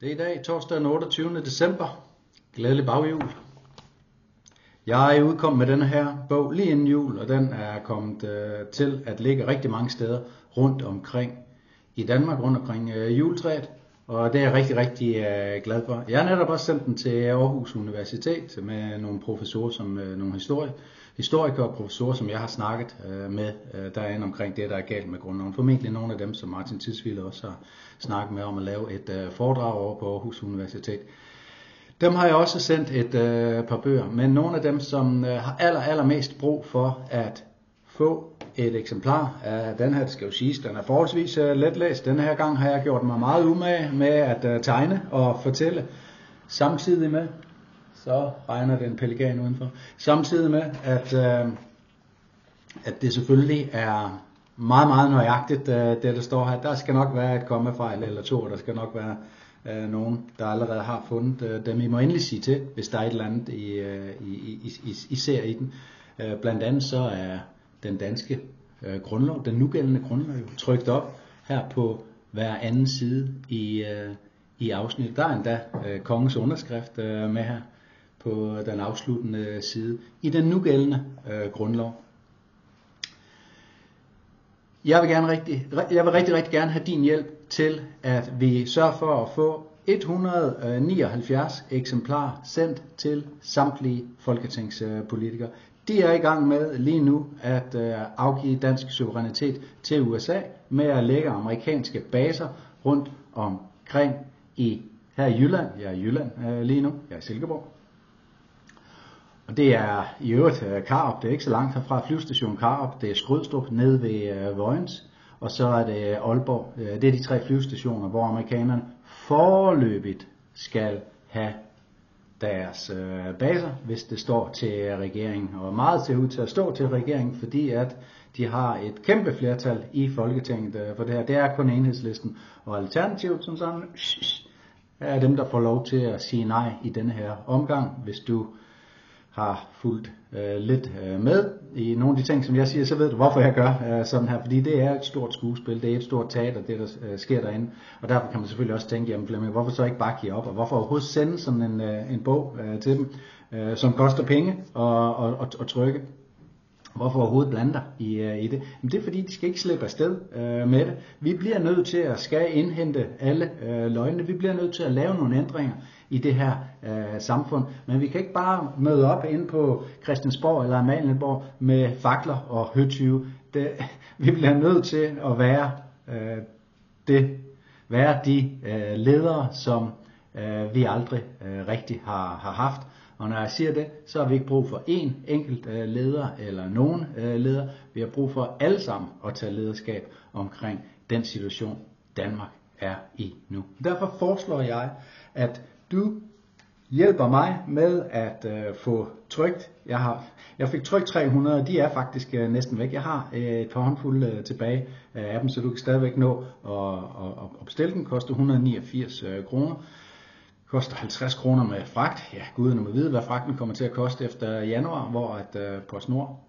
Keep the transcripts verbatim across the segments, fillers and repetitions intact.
Det er i dag, torsdag den otteogtyvende december. Glædelig baghjul. Jeg er udkommet med denne her bog lige inden jul, og den er kommet øh, til at ligge rigtig mange steder rundt omkring i Danmark, rundt omkring øh, juletræet. Og det er jeg rigtig, rigtig øh, glad for. Jeg har netop også sendt den til Aarhus Universitet med nogle professorer, som øh, nogle historie, historikere og professorer, som jeg har snakket øh, med øh, derinde omkring det, der er galt med grundloven. Formentlig nogle af dem, som Martin Tisvilde også har snakket med om at lave et øh, foredrag over på Aarhus Universitet. Dem har jeg også sendt et øh, par bøger, men nogle af dem, som øh, har aller, allermest brug for at få et eksemplar af den her, det skal jo siges, den er forholdsvis uh, letlæst. Denne her gang har jeg gjort mig meget umage med at uh, tegne og fortælle, samtidig med, så regner den pelikan udenfor, samtidig med, at, uh, at det selvfølgelig er meget, meget nøjagtigt, uh, det der står her. Der skal nok være et kommafejl eller to, der skal nok være uh, nogen, der allerede har fundet uh, dem. I må endelig sige til, hvis der er et eller andet, I, uh, I, I, I, I ser i den. Uh, blandt andet så er den danske øh, grundlov, den nugældende grundlov, trykt op her på hver anden side i, øh, i afsnit. Der er endda øh, kongens underskrift øh, med her på den afsluttende side i den nugældende øh, grundlov. Jeg vil, gerne rigtig, jeg vil rigtig, rigtig gerne have din hjælp til, at vi sørger for at få et hundrede og nioghalvfjerds eksemplarer sendt til samtlige folketingspolitikere. De er i gang med lige nu at øh, afgive dansk suverænitet til U S A med at lægge amerikanske baser rundt omkring i her i Jylland. Jeg er i Jylland øh, lige nu. Jeg er i Silkeborg. Og det er i øvrigt øh, Karup. Det er ikke så langt herfra. Flyvestation Karup. Det er Skrydstrup nede ved øh, Vojens. Og så er det Aalborg. Det er de tre flyvestationer, hvor amerikanerne foreløbigt skal have deres øh, baser, hvis det står til regeringen, og meget ser ud til at stå til regeringen, fordi at de har et kæmpe flertal i Folketinget øh, for det her. Det er kun Enhedslisten og Alternativet, som sådan er dem, der får lov til at sige nej i denne her omgang. Hvis du har fulgt øh, lidt øh, med i nogle af de ting, som jeg siger, så ved du, hvorfor jeg gør øh, sådan her. Fordi det er et stort skuespil, det er et stort teater, det der øh, sker derinde. Og derfor kan man selvfølgelig også tænke, jamen Flemming, hvorfor så ikke bare give op? Og hvorfor overhovedet sende sådan en, øh, en bog øh, til dem, øh, som koster penge og, og, og, og trykke? Hvorfor overhovedet blande dig i, øh, i det? Men det er fordi, de skal ikke slippe afsted øh, med det. Vi bliver nødt til at skal indhente alle øh, løgne. Vi bliver nødt til at lave nogle ændringer i det her øh, samfund. Men vi kan ikke bare møde op inde på Christiansborg eller Amalienborg med fakler og høtyve. Det, vi bliver nødt til at være, øh, det, være de øh, ledere, som øh, vi aldrig øh, rigtig har, har haft. Og når jeg siger det, så har vi ikke brug for én enkelt øh, leder eller nogen øh, leder. Vi har brug for alle sammen at tage lederskab omkring den situation, Danmark er i nu. Derfor foreslår jeg, at du hjælper mig med at øh, få trykt. Jeg, har, jeg fik trykt tre hundrede, de er faktisk øh, næsten væk. Jeg har øh, et par håndfulde øh, tilbage øh, af dem, så du kan stadigvæk nå at, at, at bestille den. Koster et hundrede og niogfirs øh, kroner. Koster halvtreds kroner med fragt. Ja, guderne må vide, hvad fragten kommer til at koste efter januar, hvor at øh, PostNord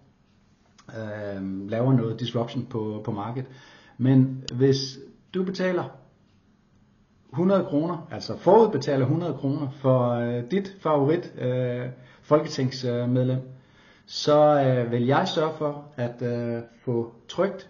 øh, laver noget disruption på, på markedet. Men hvis du betaler hundrede kroner, altså forudbetaler hundrede kroner for øh, dit favorit øh, folketingsmedlem, så øh, vil jeg sørge for at øh, få trykt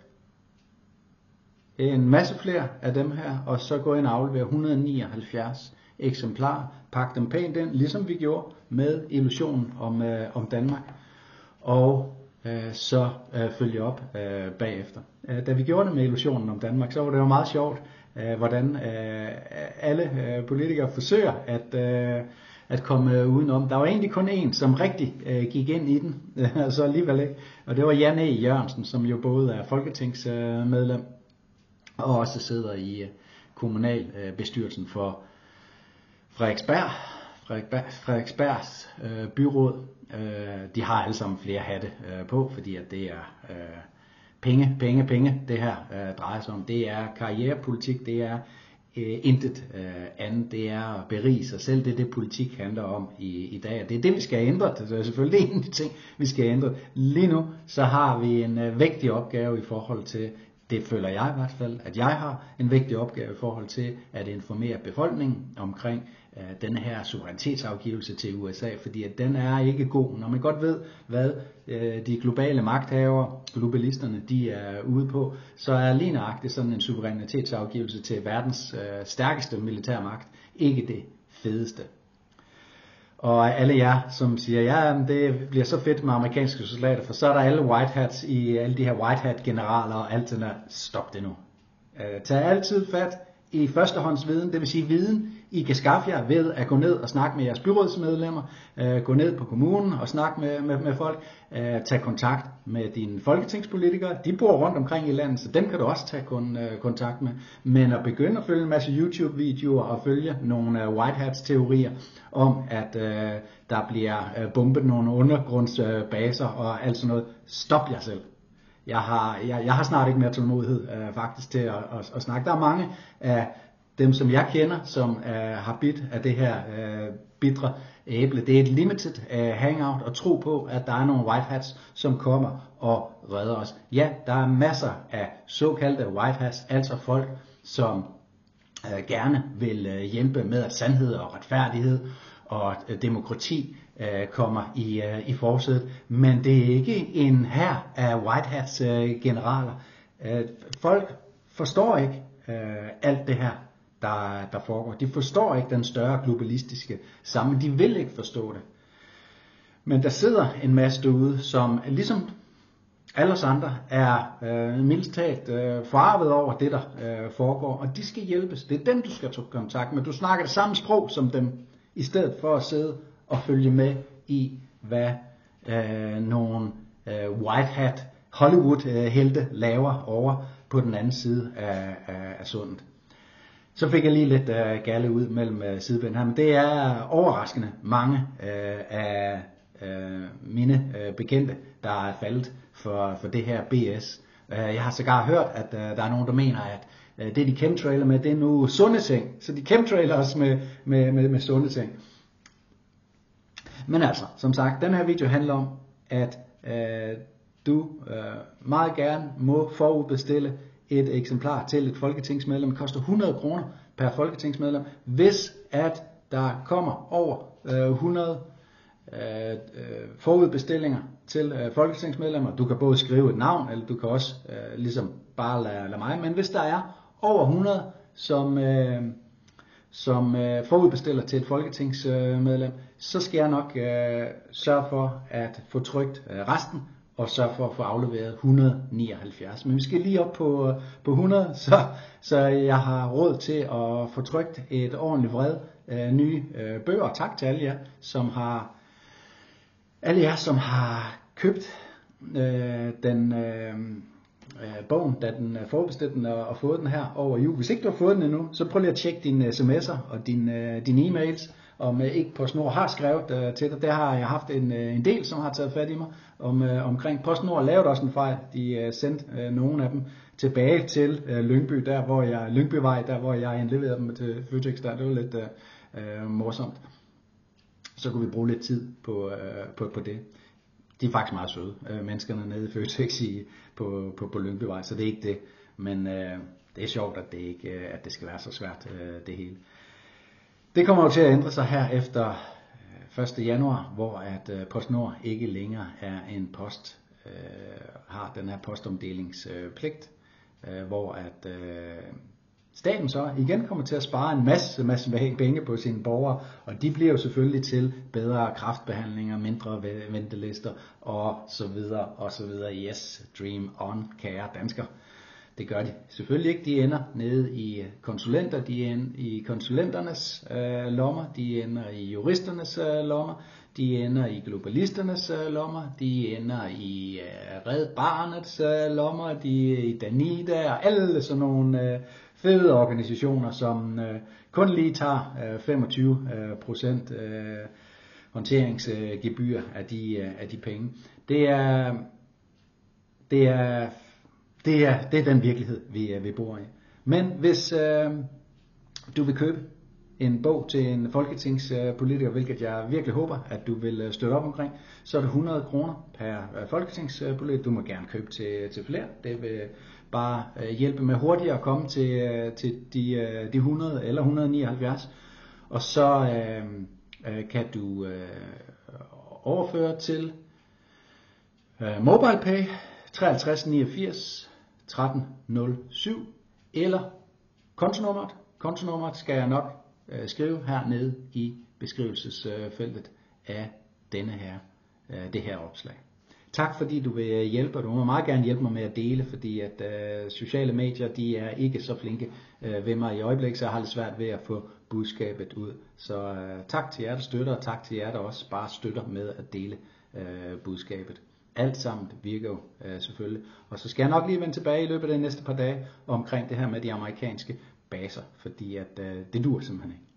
en masse flere af dem her, og så gå ind og aflevere et hundrede og nioghalvfjerds eksemplarer, pakke dem pænt ind, ligesom vi gjorde med illusionen om, øh, om Danmark, og øh, så øh, følge op øh, bagefter. Øh, da vi gjorde det med illusionen om Danmark, så var det jo meget sjovt, øh, hvordan øh, alle øh, politikere forsøger at, øh, at komme øh, udenom. Der var egentlig kun en, som rigtig øh, gik ind i den, øh, så alligevel ikke, og det var Jan E. Jørgensen, som jo både er folketingsmedlem øh, og også sidder i øh, kommunalbestyrelsen øh, for Frederiksberg, Frederiksberg, Frederiksbergs øh, byråd. Øh, de har alle sammen flere hatte øh, på, fordi at det er øh, penge, penge, penge, det her øh, drejer sig om. Det er karrierepolitik, det er øh, intet øh, andet, det er at berige sig selv, det er det politik handler om i, i dag, og det er det vi skal ændre, det er selvfølgelig en af de ting vi skal ændre. Lige nu så har vi en øh, vigtig opgave i forhold til det føler jeg i hvert fald, at jeg har en vigtig opgave i forhold til at informere befolkningen omkring uh, denne her suverænitetsafgivelse til U S A, fordi at den er ikke god. Når man godt ved, hvad uh, de globale magthavere, globalisterne, de er ude på, så er lige nøjagtigt sådan en suverænitetsafgivelse til verdens uh, stærkeste militærmagt ikke det fedeste. Og alle jer, som siger, ja, det bliver så fedt med amerikanske soldater, for så er der alle white hats i alle de her white hat generaler og alt det der. Stop det nu. Uh, tag altid fat i førstehåndsviden, det vil sige viden, I kan skaffe jer ved at gå ned og snakke med jeres byrådsmedlemmer, uh, gå ned på kommunen og snakke med, med, med folk, uh, tag kontakt med dine folketingspolitikere, de bor rundt omkring i landet, så dem kan du også tage kun, uh, kontakt med, men at begynde at følge en masse YouTube-videoer og følge nogle uh, white hats-teorier om, at uh, der bliver uh, bombet nogle undergrundsbaser uh, og alt sådan noget, stop jer selv. Jeg har, jeg, jeg har snart ikke mere tålmodighed øh, faktisk til at, at, at snakke. Der er mange af dem, som jeg kender, som øh, har bidt af det her øh, bitre æble. Det er et limited øh, hangout at tro på, at der er nogle white hats, som kommer og redder os. Ja, der er masser af såkaldte white hats, altså folk, som øh, gerne vil øh, hjælpe med, at sandhed og retfærdighed og øh, demokrati kommer i, uh, i forsædet, men det er ikke en hær af white hats uh, generaler. Uh, folk forstår ikke uh, alt det her, der, der foregår. De forstår ikke den større globalistiske sammen. De vil ikke forstå det. Men der sidder en masse derude, som ligesom alle os andre er uh, mildest talt uh, forarvet over det, der uh, foregår, og de skal hjælpes. Det er dem, du skal tage kontakt med. Du snakker det samme sprog som dem, i stedet for at sidde og følge med i, hvad øh, nogle øh, white hat Hollywood øh, helte laver over på den anden side af, af, af sundet. Så fik jeg lige lidt øh, galle ud mellem øh, sideben her, men det er overraskende mange øh, af øh, mine øh, bekendte, der er faldet for, for det her B S. Øh, jeg har sågar hørt, at øh, der er nogen, der mener, at øh, det de chemtrailer med, det er nu sunde ting. Så de chemtrailer os med, med, med, med sunde ting. Men altså, som sagt, den her video handler om, at øh, du øh, meget gerne må forudbestille et eksemplar til et folketingsmedlem. Det koster hundrede kroner per folketingsmedlem, hvis at der kommer over øh, hundrede øh, forudbestillinger til øh, folketingsmedlemmer. Du kan både skrive et navn, eller du kan også øh, ligesom bare lade, lade mig. Men hvis der er over hundrede, som... Øh, som øh, forudbestiller til et folketingsmedlem, øh, så skal jeg nok øh, sørge for at få trykt øh, resten, og sørge for at få afleveret et hundrede og nioghalvfjerds. Men vi skal lige op på, på hundrede, så, så jeg har råd til at få trykt et ordentligt vred øh, nye øh, bøger. Tak til alle jer, som har, alle jer, som har købt øh, den... Øh, bogen, da den er forudbestilt den og fået den her over jul. Hvis ikke du har fået den endnu, så prøv lige at tjekke dine sms'er og dine, dine e-mails, om ikke PostNord har skrevet uh, til dig. Der har jeg haft en, en del, som har taget fat i mig om, uh, omkring. PostNord lavede også en fejl. De uh, sendte uh, nogle af dem tilbage til uh, Lyngby, der hvor jeg, Lyngbyvej, der hvor jeg indleverede dem til Føtex. Der. Det var lidt uh, uh, morsomt. Så kunne vi bruge lidt tid på, uh, på, på det. De er faktisk meget søde, øh, menneskerne nede i Føtex i, på, på, på Lyngbyvej, så det er ikke det. Men øh, det er sjovt, at det, ikke, øh, at det skal være så svært, øh, det hele. Det kommer jo til at ændre sig her efter øh, første januar, hvor at øh, PostNord ikke længere er en post, øh, har den her postomdelingspligt, øh, hvor at øh, staten så igen kommer til at spare en masse, masse penge på sine borgere, og de bliver jo selvfølgelig til bedre kræftbehandlinger, mindre ventelister og så videre og så videre. Yes, dream on, kære dansker. Det gør de selvfølgelig ikke. De ender nede i konsulenter, de ender i konsulenternes øh, lommer, de ender i juristernes øh, lommer, de ender i globalisternes øh, lommer, de ender i øh, Red Barnets øh, lommer, de er i Danida og alle sådan nogle øh, fede organisationer, som øh, kun lige tager øh, femogtyve procent øh, håndteringsgebyr af de, øh, af de penge. Det er, det er, det er, det er den virkelighed, vi, vi bor i. Men hvis øh, du vil købe en bog til en folketingspolitiker, hvilket jeg virkelig håber, at du vil støtte op omkring, så er det hundrede kroner per folketingspolitiker. Du må gerne købe til, til flere. Det vil bare øh, hjælpe med hurtigere at komme til, øh, til de, øh, de hundrede eller et hundrede nioghalvfjerds. Og så øh, øh, kan du øh, overføre til øh, MobilePay treoghalvtreds niogfirs tretten nul syv eller kontonummeret. Kontonummeret skal jeg nok øh, skrive hernede i beskrivelsesfeltet af denne her, øh, det her opslag. Tak fordi du vil hjælpe, og du må meget gerne hjælpe mig med at dele, fordi at øh, sociale medier, de er ikke så flinke øh, ved mig i øjeblikket, så jeg har lidt svært ved at få budskabet ud. Så øh, tak til jer, der støtter, og tak til jer, der også bare støtter med at dele øh, budskabet. Alt sammen virker jo øh, selvfølgelig. Og så skal jeg nok lige vende tilbage i løbet af de næste par dage omkring det her med de amerikanske baser, fordi at øh, det dur simpelthen ikke.